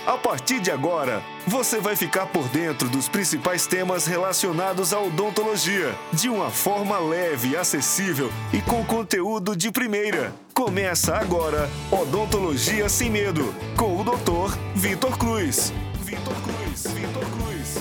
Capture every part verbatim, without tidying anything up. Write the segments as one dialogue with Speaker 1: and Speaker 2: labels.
Speaker 1: A partir de agora, você vai ficar por dentro dos principais temas relacionados à odontologia, de uma forma leve, acessível e com conteúdo de primeira. Começa agora Odontologia Sem Medo, com o doutor Vitor Cruz. Vitor Cruz, Vitor Cruz.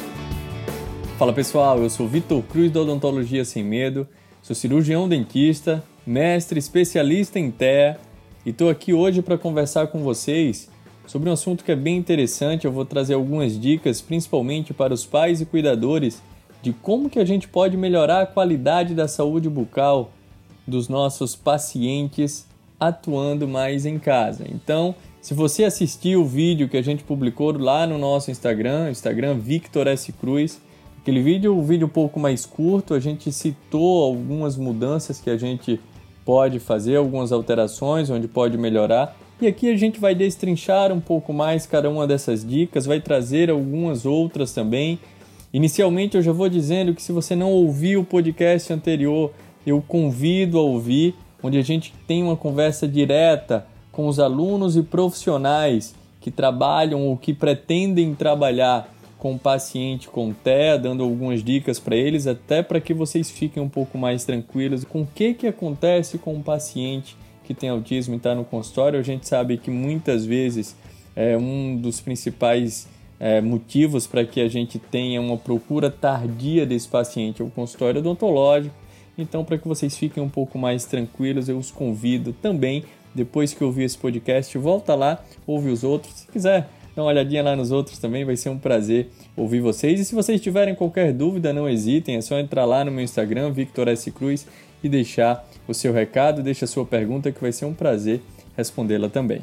Speaker 2: Fala pessoal, eu sou Vitor Cruz da Odontologia Sem Medo, sou cirurgião dentista, mestre especialista em T E A e estou aqui hoje para conversar com vocês sobre um assunto que é bem interessante. Eu vou trazer algumas dicas, principalmente para os pais e cuidadores, de como que a gente pode melhorar a qualidade da saúde bucal dos nossos pacientes atuando mais em casa. Então, se você assistiu o vídeo que a gente publicou lá no nosso Instagram, Instagram Victor S. Cruz, aquele vídeo, um vídeo um pouco mais curto, a gente citou algumas mudanças que a gente pode fazer, algumas alterações onde pode melhorar. E aqui a gente vai destrinchar um pouco mais cada uma dessas dicas, vai trazer algumas outras também. Inicialmente eu já vou dizendo que se você não ouviu o podcast anterior, eu convido a ouvir, onde a gente tem uma conversa direta com os alunos e profissionais que trabalham ou que pretendem trabalhar com o paciente com T E A, dando algumas dicas para eles, até para que vocês fiquem um pouco mais tranquilos com o que, que acontece com o paciente que tem autismo e está no consultório. A gente sabe que muitas vezes é um dos principais é, motivos para que a gente tenha uma procura tardia desse paciente é o consultório odontológico. Então, para que vocês fiquem um pouco mais tranquilos, eu os convido também, depois que ouvir esse podcast, volta lá, ouve os outros. Se quiser, dá uma olhadinha lá nos outros também, vai ser um prazer ouvir vocês. E se vocês tiverem qualquer dúvida, não hesitem, é só entrar lá no meu Instagram, Victor S. Cruz, e deixar o seu recado, deixa a sua pergunta, que vai ser um prazer respondê-la também.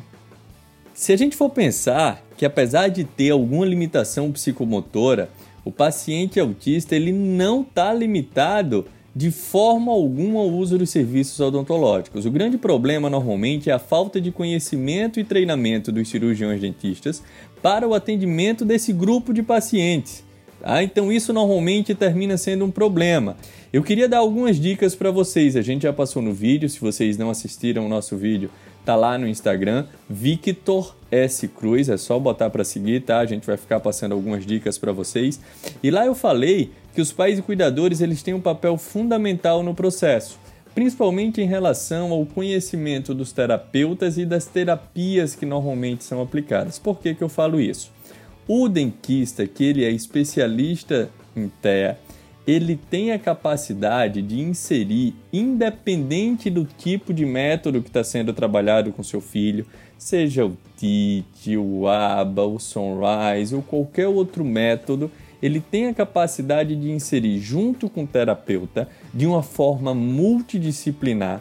Speaker 2: Se a gente for pensar que, apesar de ter alguma limitação psicomotora, o paciente autista ele não está limitado de forma alguma ao uso dos serviços odontológicos. O grande problema normalmente é a falta de conhecimento e treinamento dos cirurgiões dentistas para o atendimento desse grupo de pacientes. Ah, então isso normalmente termina sendo um problema. Eu queria dar algumas dicas para vocês. A gente já passou no vídeo, se vocês não assistiram o nosso vídeo, tá lá no Instagram, Victor S. Cruz, é só botar para seguir, tá? A gente vai ficar passando algumas dicas para vocês. E lá eu falei que os pais e cuidadores eles têm um papel fundamental no processo, principalmente em relação ao conhecimento dos terapeutas e das terapias que normalmente são aplicadas. Por que que eu falo isso? O dentista, que ele é especialista em T E A, ele tem a capacidade de inserir, independente do tipo de método que está sendo trabalhado com seu filho, seja o T I T, o A B A, o Sunrise ou qualquer outro método, ele tem a capacidade de inserir junto com o terapeuta, de uma forma multidisciplinar,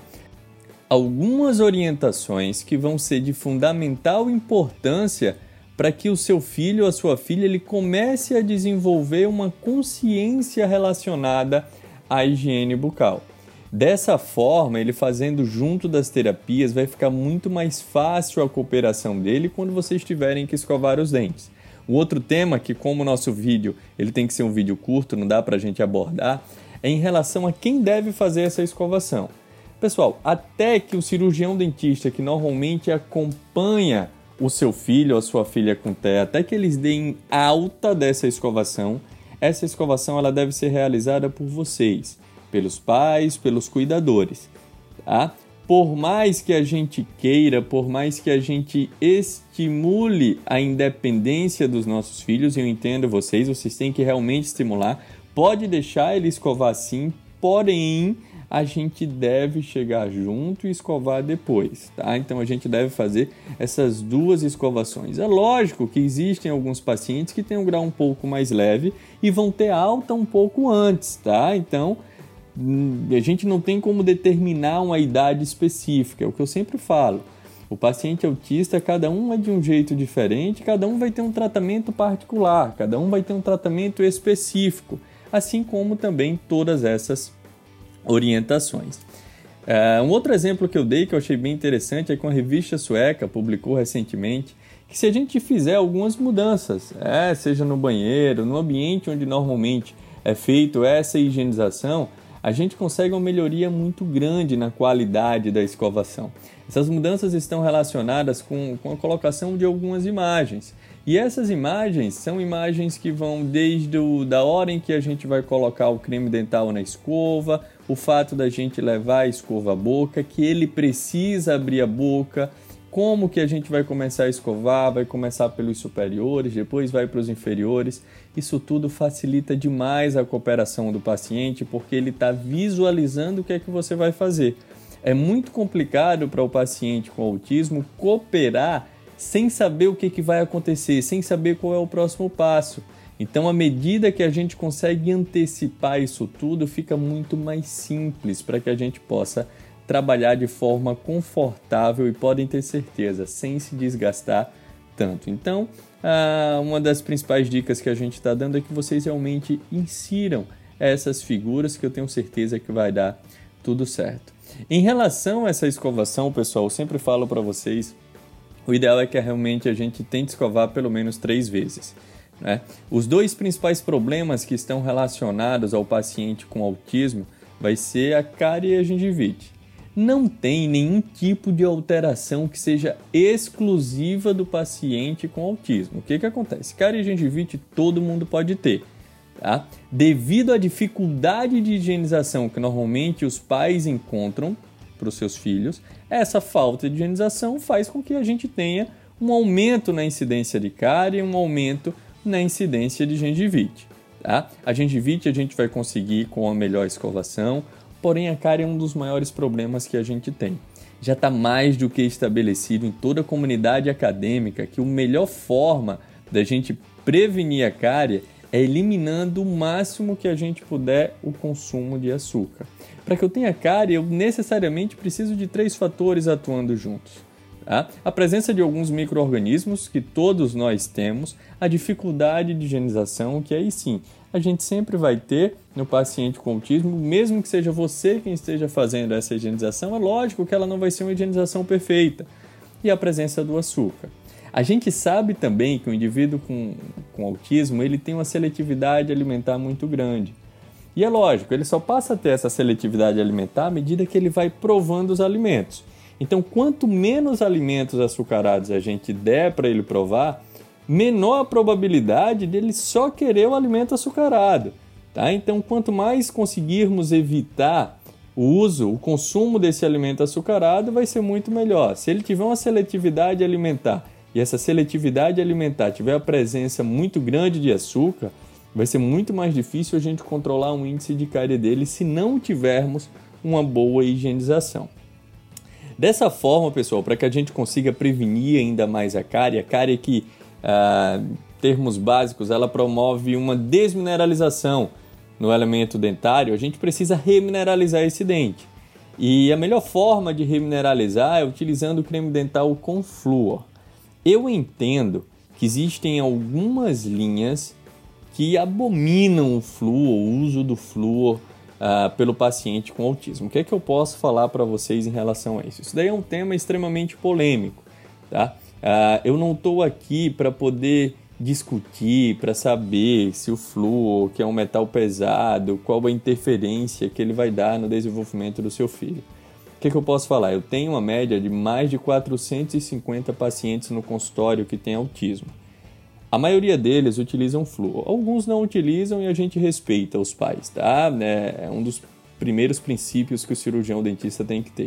Speaker 2: algumas orientações que vão ser de fundamental importância para que o seu filho ou a sua filha ele comece a desenvolver uma consciência relacionada à higiene bucal. Dessa forma, ele fazendo junto das terapias, vai ficar muito mais fácil a cooperação dele quando vocês tiverem que escovar os dentes. O outro tema, que como o nosso vídeo ele tem que ser um vídeo curto, não dá para a gente abordar, é em relação a quem deve fazer essa escovação. Pessoal, até que o cirurgião dentista, que normalmente acompanha o seu filho ou a sua filha com T E A, até que eles deem alta dessa escovação, essa escovação ela deve ser realizada por vocês, pelos pais, pelos cuidadores, tá? Por mais que a gente queira, por mais que a gente estimule a independência dos nossos filhos, eu entendo vocês, vocês têm que realmente estimular, pode deixar ele escovar sim, porém a gente deve chegar junto e escovar depois, tá? Então a gente deve fazer essas duas escovações. É lógico que existem alguns pacientes que têm um grau um pouco mais leve e vão ter alta um pouco antes, tá? Então a gente não tem como determinar uma idade específica, é o que eu sempre falo. O paciente autista, cada um é de um jeito diferente, cada um vai ter um tratamento particular, cada um vai ter um tratamento específico, assim como também todas essas orientações. Uh, um outro exemplo que eu dei que eu achei bem interessante é que uma revista sueca publicou recentemente que se a gente fizer algumas mudanças, é, seja no banheiro, no ambiente onde normalmente é feito essa higienização, a gente consegue uma melhoria muito grande na qualidade da escovação. Essas mudanças estão relacionadas com, com a colocação de algumas imagens. E essas imagens são imagens que vão desde o, da hora em que a gente vai colocar o creme dental na escova, o fato da gente levar a escova à boca, que ele precisa abrir a boca, como que a gente vai começar a escovar, vai começar pelos superiores, depois vai para os inferiores. Isso tudo facilita demais a cooperação do paciente, porque ele está visualizando o que é que você vai fazer. É muito complicado para o paciente com autismo cooperar sem saber o que, que vai acontecer, sem saber qual é o próximo passo. Então, à medida que a gente consegue antecipar isso tudo, fica muito mais simples para que a gente possa trabalhar de forma confortável e, podem ter certeza, sem se desgastar tanto. Então, ah, uma das principais dicas que a gente está dando é que vocês realmente insiram essas figuras, que eu tenho certeza que vai dar tudo certo. Em relação a essa escovação, pessoal, eu sempre falo para vocês, o ideal é que realmente a gente tente escovar pelo menos três vezes, né? Os dois principais problemas que estão relacionados ao paciente com autismo vai ser a cárie e a gengivite. Não tem nenhum tipo de alteração que seja exclusiva do paciente com autismo. O que que acontece? Cárie e gengivite todo mundo pode ter, tá? Devido à dificuldade de higienização que normalmente os pais encontram para os seus filhos, essa falta de higienização faz com que a gente tenha um aumento na incidência de cárie e um aumento na incidência de gengivite, tá? A gengivite a gente vai conseguir com a melhor escovação, porém a cárie é um dos maiores problemas que a gente tem. Já está mais do que estabelecido em toda a comunidade acadêmica que a melhor forma da gente prevenir a cárie é eliminando o máximo que a gente puder o consumo de açúcar. Para que eu tenha cárie, eu necessariamente preciso de três fatores atuando juntos. Tá? A presença de alguns micro-organismos que todos nós temos, a dificuldade de higienização, que aí sim, a gente sempre vai ter no paciente com autismo, mesmo que seja você quem esteja fazendo essa higienização, é lógico que ela não vai ser uma higienização perfeita. E a presença do açúcar. A gente sabe também que o indivíduo com, com autismo ele tem uma seletividade alimentar muito grande. E é lógico, ele só passa a ter essa seletividade alimentar à medida que ele vai provando os alimentos. Então, quanto menos alimentos açucarados a gente der para ele provar, menor a probabilidade dele só querer o alimento açucarado. Tá? Então, quanto mais conseguirmos evitar o uso, o consumo desse alimento açucarado, vai ser muito melhor. Se ele tiver uma seletividade alimentar e essa seletividade alimentar tiver a presença muito grande de açúcar, vai ser muito mais difícil a gente controlar o índice de cárie dele se não tivermos uma boa higienização. Dessa forma, pessoal, para que a gente consiga prevenir ainda mais a cárie, a cárie que, ah, em termos básicos, ela promove uma desmineralização no elemento dentário, a gente precisa remineralizar esse dente. E a melhor forma de remineralizar é utilizando o creme dental com flúor. Eu entendo que existem algumas linhas que abominam o flúor, o uso do flúor uh, pelo paciente com autismo. O que é que eu posso falar para vocês em relação a isso? Isso daí é um tema extremamente polêmico, tá? Uh, eu não estou aqui para poder discutir, para saber se o flúor, que é um metal pesado, qual a interferência que ele vai dar no desenvolvimento do seu filho. O que, que eu posso falar? Eu tenho uma média de mais de quatrocentos e cinquenta pacientes no consultório que têm autismo. A maioria deles utilizam flúor. Alguns não utilizam e a gente respeita os pais, tá? É um dos primeiros princípios que o cirurgião dentista tem que ter.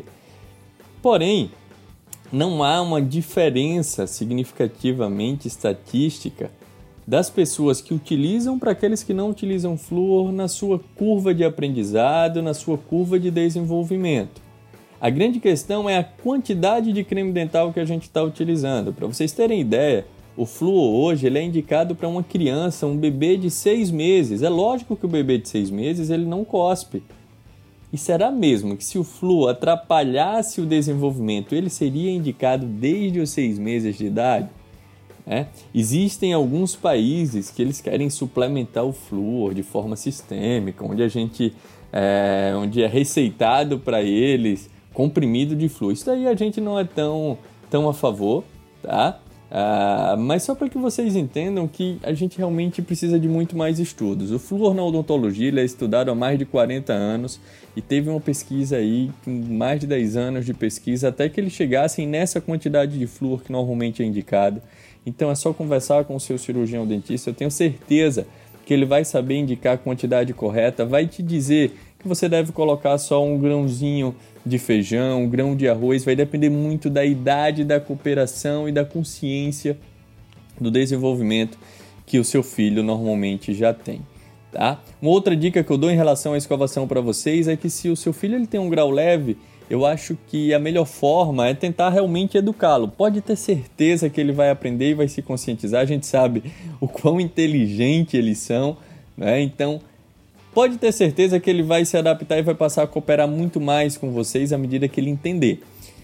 Speaker 2: Porém, não há uma diferença significativamente estatística das pessoas que utilizam para aqueles que não utilizam flúor na sua curva de aprendizado, na sua curva de desenvolvimento. A grande questão é a quantidade de creme dental que a gente está utilizando. Para vocês terem ideia, o flúor hoje ele é indicado para uma criança, um bebê de seis meses. É lógico que o bebê de seis meses ele não cospe. E será mesmo que se o flúor atrapalhasse o desenvolvimento, ele seria indicado desde os seis meses de idade? É? Existem alguns países que eles querem suplementar o flúor de forma sistêmica, onde a gente, é, onde é receitado para eles comprimido de flúor. Isso daí a gente não é tão, tão a favor, tá? Ah, mas só para que vocês entendam que a gente realmente precisa de muito mais estudos. O flúor na odontologia ele é estudado há mais de quarenta anos e teve uma pesquisa aí, mais de dez anos de pesquisa, até que eles chegassem nessa quantidade de flúor que normalmente é indicado. Então é só conversar com o seu cirurgião dentista, eu tenho certeza que ele vai saber indicar a quantidade correta, vai te dizer que você deve colocar só um grãozinho de feijão, um grão de arroz, vai depender muito da idade, da cooperação e da consciência do desenvolvimento que o seu filho normalmente já tem. Tá? Uma outra dica que eu dou em relação à escovação para vocês é que se o seu filho ele tem um grau leve, eu acho que a melhor forma é tentar realmente educá-lo. Pode ter certeza que ele vai aprender e vai se conscientizar. A gente sabe o quão inteligente eles são, né? Então, pode ter certeza que ele vai se adaptar e vai passar a cooperar muito mais com vocês à medida que ele entender.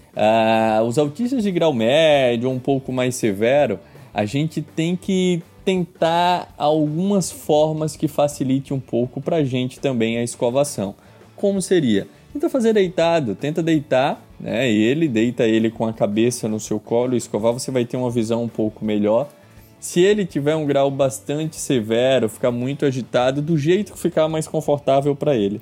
Speaker 2: Ah, os autistas de grau médio ou um pouco mais severo, a gente tem que tentar algumas formas que facilite um pouco para a gente também a escovação. Como seria? Tenta fazer deitado, tenta deitar, né? Ele, deita ele com a cabeça no seu colo e escovar, você vai ter uma visão um pouco melhor. Se ele tiver um grau bastante severo, ficar muito agitado, do jeito que ficar mais confortável para ele.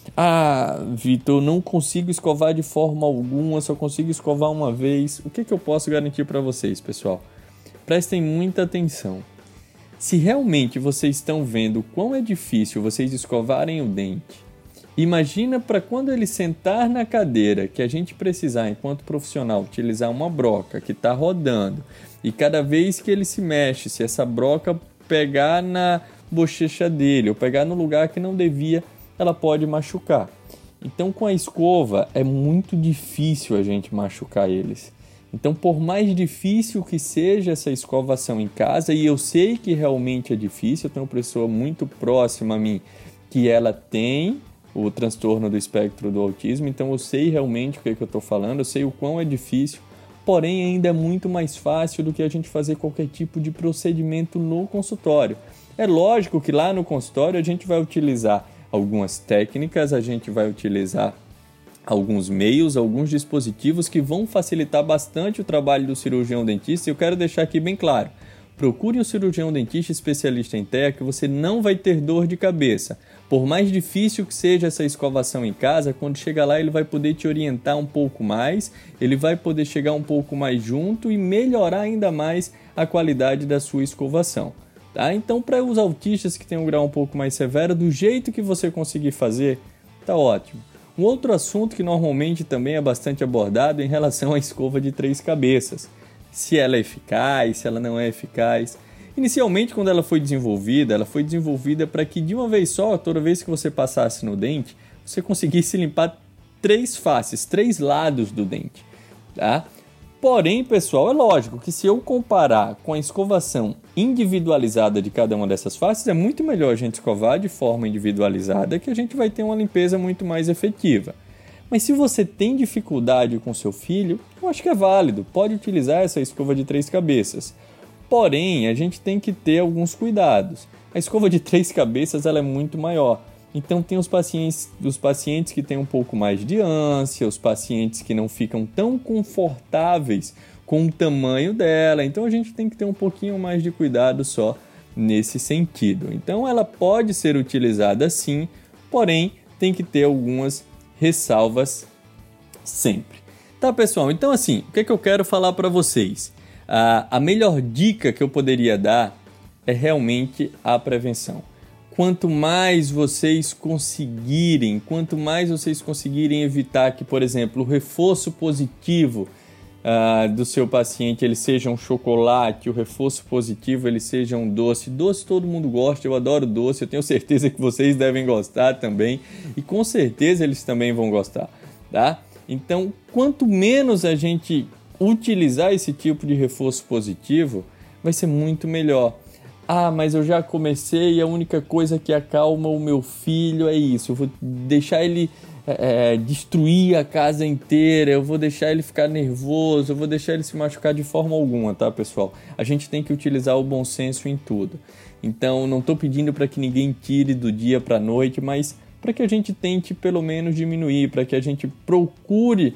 Speaker 2: Ah, Vitor, não consigo escovar de forma alguma, só consigo escovar uma vez. O que, que eu posso garantir para vocês, pessoal? Prestem muita atenção. Se realmente vocês estão vendo o quão é difícil vocês escovarem o dente, imagina para quando ele sentar na cadeira que a gente precisar, enquanto profissional, utilizar uma broca que está rodando e cada vez que ele se mexe, se essa broca pegar na bochecha dele ou pegar no lugar que não devia, ela pode machucar. Então, com a escova, é muito difícil a gente machucar eles. Então, por mais difícil que seja essa escovação em casa, e eu sei que realmente é difícil, eu tenho uma pessoa muito próxima a mim que ela tem o transtorno do espectro do autismo, então eu sei realmente o que, é que eu estou falando, eu sei o quão é difícil, porém ainda é muito mais fácil do que a gente fazer qualquer tipo de procedimento no consultório. É lógico que lá no consultório a gente vai utilizar algumas técnicas, a gente vai utilizar alguns meios, alguns dispositivos que vão facilitar bastante o trabalho do cirurgião dentista. E eu quero deixar aqui bem claro, procure um cirurgião dentista especialista em T E A que você não vai ter dor de cabeça. Por mais difícil que seja essa escovação em casa, quando chegar lá ele vai poder te orientar um pouco mais, ele vai poder chegar um pouco mais junto e melhorar ainda mais a qualidade da sua escovação. Tá? Então, para os autistas que têm um grau um pouco mais severo, do jeito que você conseguir fazer, tá ótimo. Um outro assunto que normalmente também é bastante abordado é em relação à escova de três cabeças. Se ela é eficaz, se ela não é eficaz. Inicialmente, quando ela foi desenvolvida, ela foi desenvolvida para que de uma vez só, toda vez que você passasse no dente, você conseguisse limpar três faces, três lados do dente. Tá? Porém, pessoal, é lógico que se eu comparar com a escovação individualizada de cada uma dessas faces, é muito melhor a gente escovar de forma individualizada, que a gente vai ter uma limpeza muito mais efetiva. Mas se você tem dificuldade com seu filho, eu acho que é válido, pode utilizar essa escova de três cabeças. Porém, a gente tem que ter alguns cuidados. A escova de três cabeças ela é muito maior. Então tem os pacientes, os pacientes que têm um pouco mais de ânsia, os pacientes que não ficam tão confortáveis com o tamanho dela. Então a gente tem que ter um pouquinho mais de cuidado só nesse sentido. Então ela pode ser utilizada sim, porém tem que ter algumas ressalvas sempre. Tá, pessoal? Então assim, o que é que eu quero falar para vocês? Ah, a melhor dica que eu poderia dar é realmente a prevenção. Quanto mais vocês conseguirem, quanto mais vocês conseguirem evitar que, por exemplo, o reforço positivo uh, do seu paciente ele seja um chocolate, o reforço positivo ele seja um doce. Doce todo mundo gosta, eu adoro doce, eu tenho certeza que vocês devem gostar também e com certeza eles também vão gostar, tá? Então, quanto menos a gente utilizar esse tipo de reforço positivo, vai ser muito melhor. Ah, mas eu já comecei e a única coisa que acalma o meu filho é isso. Eu vou deixar ele é, destruir a casa inteira, eu vou deixar ele ficar nervoso, eu vou deixar ele se machucar de forma alguma, tá, pessoal? A gente tem que utilizar o bom senso em tudo. Então, não estou pedindo para que ninguém tire do dia para a noite, mas para que a gente tente pelo menos diminuir, para que a gente procure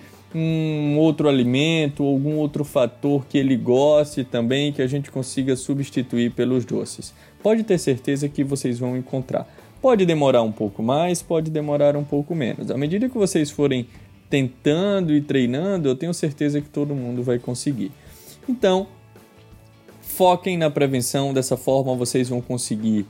Speaker 2: um outro alimento, algum outro fator que ele goste também, que a gente consiga substituir pelos doces. Pode ter certeza que vocês vão encontrar. Pode demorar um pouco mais, pode demorar um pouco menos. À medida que vocês forem tentando e treinando, eu tenho certeza que todo mundo vai conseguir. Então, foquem na prevenção, dessa forma vocês vão conseguir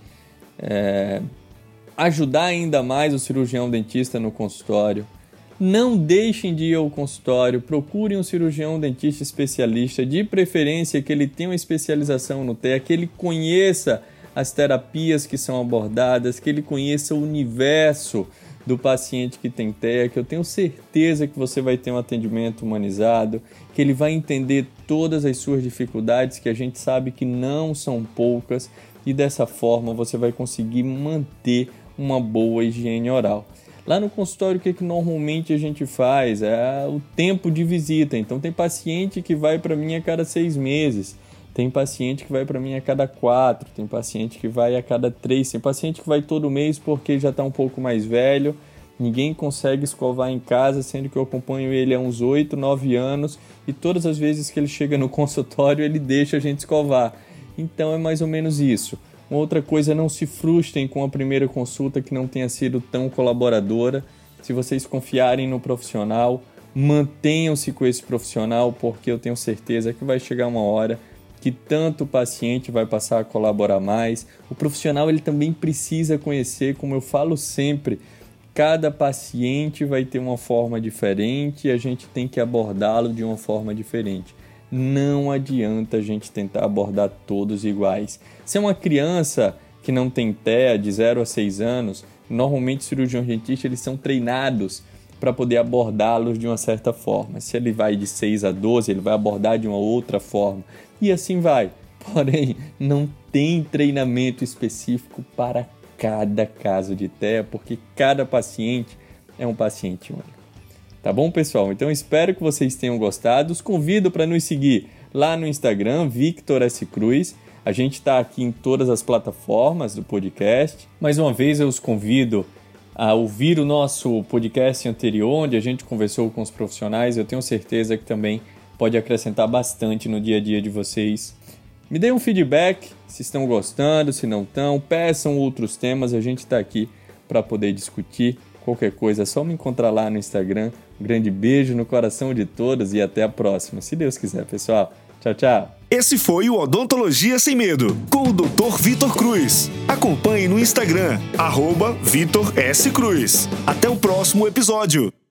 Speaker 2: é, ajudar ainda mais o cirurgião dentista no consultório. Não deixem de ir ao consultório, procurem um cirurgião dentista especialista, de preferência que ele tenha uma especialização no T E A, que ele conheça as terapias que são abordadas, que ele conheça o universo do paciente que tem T E A, que eu tenho certeza que você vai ter um atendimento humanizado, que ele vai entender todas as suas dificuldades, que a gente sabe que não são poucas, e dessa forma você vai conseguir manter uma boa higiene oral. Lá no consultório, o que, que normalmente a gente faz? É o tempo de visita. Então, tem paciente que vai para mim a cada seis meses, tem paciente que vai para mim a cada quatro, tem paciente que vai a cada três, tem paciente que vai todo mês porque já está um pouco mais velho, ninguém consegue escovar em casa, sendo que eu acompanho ele há uns oito, nove anos e todas as vezes que ele chega no consultório, ele deixa a gente escovar. Então, é mais ou menos isso. Uma outra coisa, não se frustrem com a primeira consulta que não tenha sido tão colaboradora. Se vocês confiarem no profissional, mantenham-se com esse profissional, porque eu tenho certeza que vai chegar uma hora que tanto o paciente vai passar a colaborar mais. O profissional ele também precisa conhecer, como eu falo sempre, cada paciente vai ter uma forma diferente e a gente tem que abordá-lo de uma forma diferente. Não adianta a gente tentar abordar todos iguais. Se é uma criança que não tem T E A de zero a seis anos, normalmente os cirurgiões dentistas eles são treinados para poder abordá-los de uma certa forma. Se ele vai de seis a doze, ele vai abordar de uma outra forma. E assim vai. Porém, não tem treinamento específico para cada caso de T E A, porque cada paciente é um paciente único. Tá bom, pessoal? Então, espero que vocês tenham gostado. Os convido para nos seguir lá no Instagram, Victor S. Cruz. A gente está aqui em todas as plataformas do podcast. Mais uma vez, eu os convido a ouvir o nosso podcast anterior, onde a gente conversou com os profissionais. Eu tenho certeza que também pode acrescentar bastante no dia a dia de vocês. Me deem um feedback, se estão gostando, se não estão. Peçam outros temas, a gente está aqui para poder discutir. Qualquer coisa, é só me encontrar lá no Instagram. Um grande beijo no coração de todos e até a próxima, se Deus quiser, pessoal. Tchau, tchau.
Speaker 1: Esse foi o Odontologia Sem Medo, com o doutor Vitor Cruz. Acompanhe no Instagram, arroba Vitor S. Cruz. Até o próximo episódio.